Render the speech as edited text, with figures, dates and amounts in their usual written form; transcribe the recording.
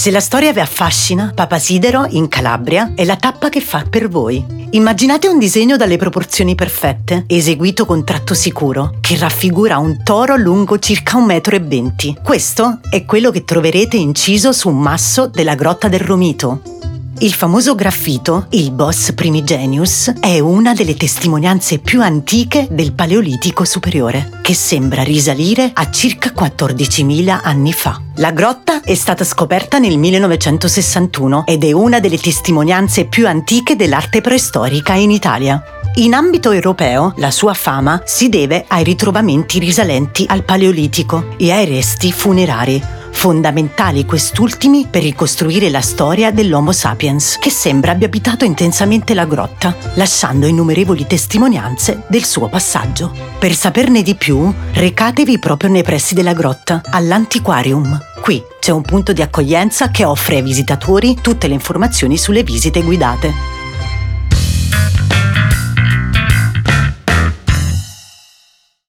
Se la storia vi affascina, Papasidero, in Calabria, è la tappa che fa per voi. Immaginate un disegno dalle proporzioni perfette, eseguito con tratto sicuro, che raffigura un toro lungo circa 1,20 m. Questo è quello che troverete inciso su un masso della Grotta del Romito. Il famoso graffito, il Bos Primigenius, è una delle testimonianze più antiche del Paleolitico superiore, che sembra risalire a circa 14.000 anni fa. La grotta è stata scoperta nel 1961 ed è una delle testimonianze più antiche dell'arte preistorica in Italia. In ambito europeo, la sua fama si deve ai ritrovamenti risalenti al Paleolitico e ai resti funerari, fondamentali quest'ultimi per ricostruire la storia dell'Homo sapiens, che sembra abbia abitato intensamente la grotta, lasciando innumerevoli testimonianze del suo passaggio. Per saperne di più, recatevi proprio nei pressi della grotta, all'Antiquarium. Qui c'è un punto di accoglienza che offre ai visitatori tutte le informazioni sulle visite guidate.